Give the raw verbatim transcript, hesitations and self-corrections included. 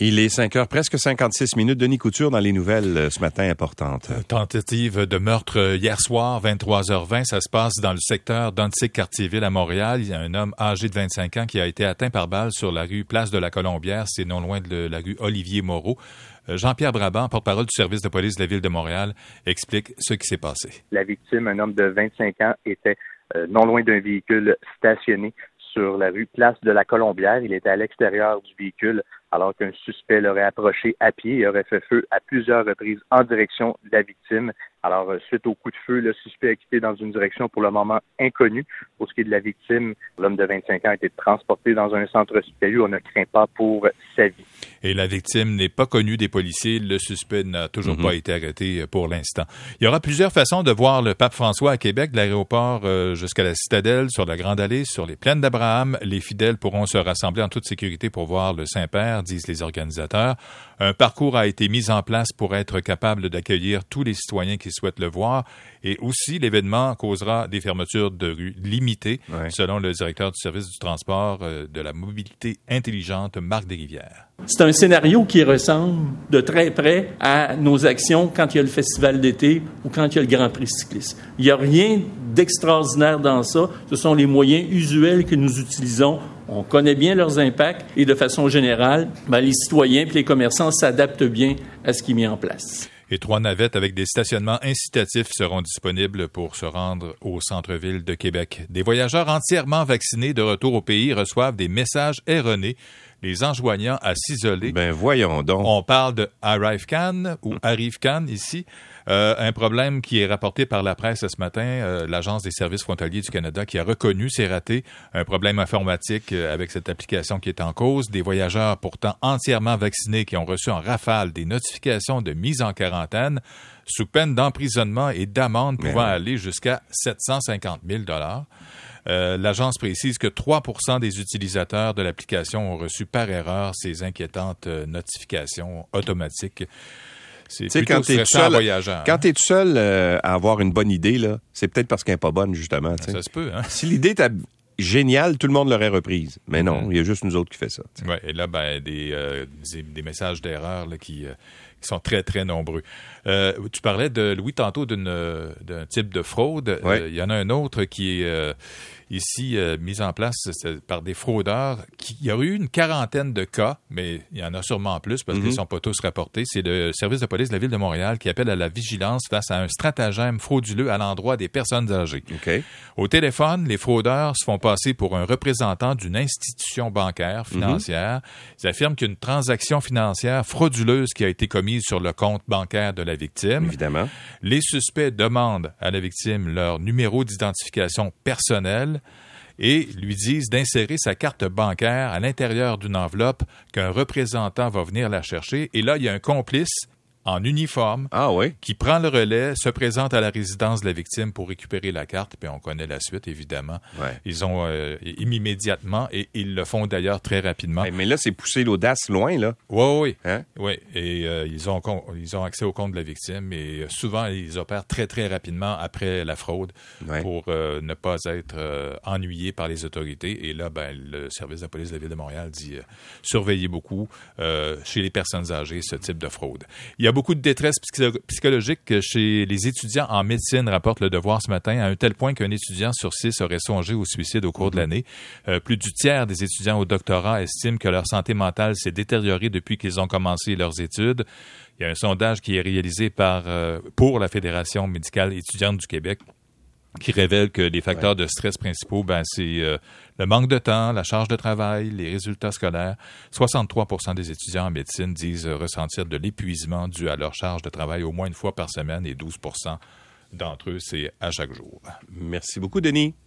Il est cinq heures, presque cinquante-six minutes. Denis Couture dans les nouvelles euh, ce matin importantes. Tentative de meurtre hier soir, vingt-trois heures vingt. Ça se passe dans le secteur d'Antique-Cartierville à Montréal. Il y a un homme âgé de vingt-cinq ans qui a été atteint par balle sur la rue Place de la Colombière. C'est non loin de la rue Olivier-Moreau. Jean-Pierre Brabant, porte-parole du service de police de la Ville de Montréal, explique ce qui s'est passé. La victime, un homme de vingt-cinq ans, était euh, non loin d'un véhicule stationné sur la rue Place de la Colombière. Il était à l'extérieur du véhicule alors qu'un suspect l'aurait approché à pied et aurait fait feu à plusieurs reprises en direction de la victime. Alors, suite au coup de feu, le suspect a quitté dans une direction pour le moment inconnue. Pour ce qui est de la victime, l'homme de vingt-cinq ans a été transporté dans un centre hospitalier. On ne craint pas pour sa vie. Et la victime n'est pas connue des policiers. Le suspect n'a toujours mm-hmm. pas été arrêté pour l'instant. Il y aura plusieurs façons de voir le pape François à Québec, de l'aéroport euh, jusqu'à la Citadelle, sur la Grande Allée, sur les plaines d'Abraham. Les fidèles pourront se rassembler en toute sécurité pour voir le Saint-Père, disent les organisateurs. Un parcours a été mis en place pour être capable d'accueillir tous les citoyens qui souhaitent le voir. Et aussi, l'événement causera des fermetures de rue limitées, ouais. selon le directeur du service du transport euh, de la mobilité intelligente, Marc Desrivières. C'est un scénario qui ressemble de très près à nos actions quand il y a le festival d'été ou quand il y a le Grand Prix cycliste. Il n'y a rien d'extraordinaire dans ça. Ce sont les moyens usuels que nous utilisons. On connaît bien leurs impacts et de façon générale, ben, les citoyens et les commerçants s'adaptent bien à ce qui est mis en place. Et trois navettes avec des stationnements incitatifs seront disponibles pour se rendre au centre-ville de Québec. Des voyageurs entièrement vaccinés de retour au pays reçoivent des messages erronés les enjoignant à s'isoler. Ben voyons donc. On parle de ArriveCan ou ArriveCan ici. Euh, un problème qui est rapporté par la presse ce matin, euh, l'Agence des services frontaliers du Canada qui a reconnu ces ratés, un problème informatique euh, avec cette application qui est en cause. Des voyageurs pourtant entièrement vaccinés qui ont reçu en rafale des notifications de mise en quarantaine sous peine d'emprisonnement et d'amende pouvant ouais. aller jusqu'à sept cent cinquante mille dollars. Euh, l'agence précise que trois pour cent des utilisateurs de l'application ont reçu par erreur ces inquiétantes euh, notifications automatiques. C'est t'sais, plutôt stressant en voyageant. Quand tu es tout seul euh, à avoir une bonne idée, là, c'est peut-être parce qu'elle n'est pas bonne, justement. T'sais. Ça se peut, hein? Si l'idée était géniale, tout le monde l'aurait reprise. Mais non, il mmh. y a juste nous autres qui fait ça. Oui, et là, ben, des, euh, des, des messages d'erreur là, qui... Euh, qui sont très, très nombreux. Euh, tu parlais de, Louis, tantôt d'une, d'un type de fraude. Il ouais. euh, y en a un autre qui est euh, ici euh, mis en place par des fraudeurs. Qui, il y a eu une quarantaine de cas, mais il y en a sûrement plus parce mm-hmm. qu'ils ne sont pas tous rapportés. C'est le service de police de la Ville de Montréal qui appelle à la vigilance face à un stratagème frauduleux à l'endroit des personnes âgées. Okay. Au téléphone, les fraudeurs se font passer pour un représentant d'une institution bancaire, financière. Mm-hmm. Ils affirment qu'il y a une transaction financière frauduleuse qui a été commise sur le compte bancaire de la victime. Évidemment. Les suspects demandent à la victime leur numéro d'identification personnel et lui disent d'insérer sa carte bancaire à l'intérieur d'une enveloppe qu'un représentant va venir la chercher. Et là, il y a un complice en uniforme ah, oui? qui prend le relais, se présente à la résidence de la victime pour récupérer la carte, puis on connaît la suite, évidemment. Ouais. Ils ont euh, immédiatement, et ils le font d'ailleurs très rapidement. Hey, mais là, c'est pousser l'audace loin, là. Oui, oui. Hein? Oui, et euh, ils, ont, ils ont accès au compte de la victime, et euh, souvent, ils opèrent très, très rapidement après la fraude ouais. pour euh, ne pas être euh, ennuyés par les autorités. Et là, ben, le service de la police de la Ville de Montréal dit euh, surveillez beaucoup euh, chez les personnes âgées ce type de fraude. Il y a beaucoup de détresse psychologique chez les étudiants en médecine, rapporte Le Devoir ce matin, à un tel point qu'un étudiant sur six aurait songé au suicide au cours mm-hmm. de l'année. Euh, plus du tiers des étudiants au doctorat estiment que leur santé mentale s'est détériorée depuis qu'ils ont commencé leurs études. Il y a un sondage qui est réalisé par euh, pour la Fédération médicale étudiante du Québec qui révèle que les facteurs ouais. de stress principaux, ben, c'est euh, le manque de temps, la charge de travail, les résultats scolaires. soixante-trois pour cent des étudiants en médecine disent ressentir de l'épuisement dû à leur charge de travail au moins une fois par semaine et douze pour cent d'entre eux, c'est à chaque jour. Merci beaucoup, Denis.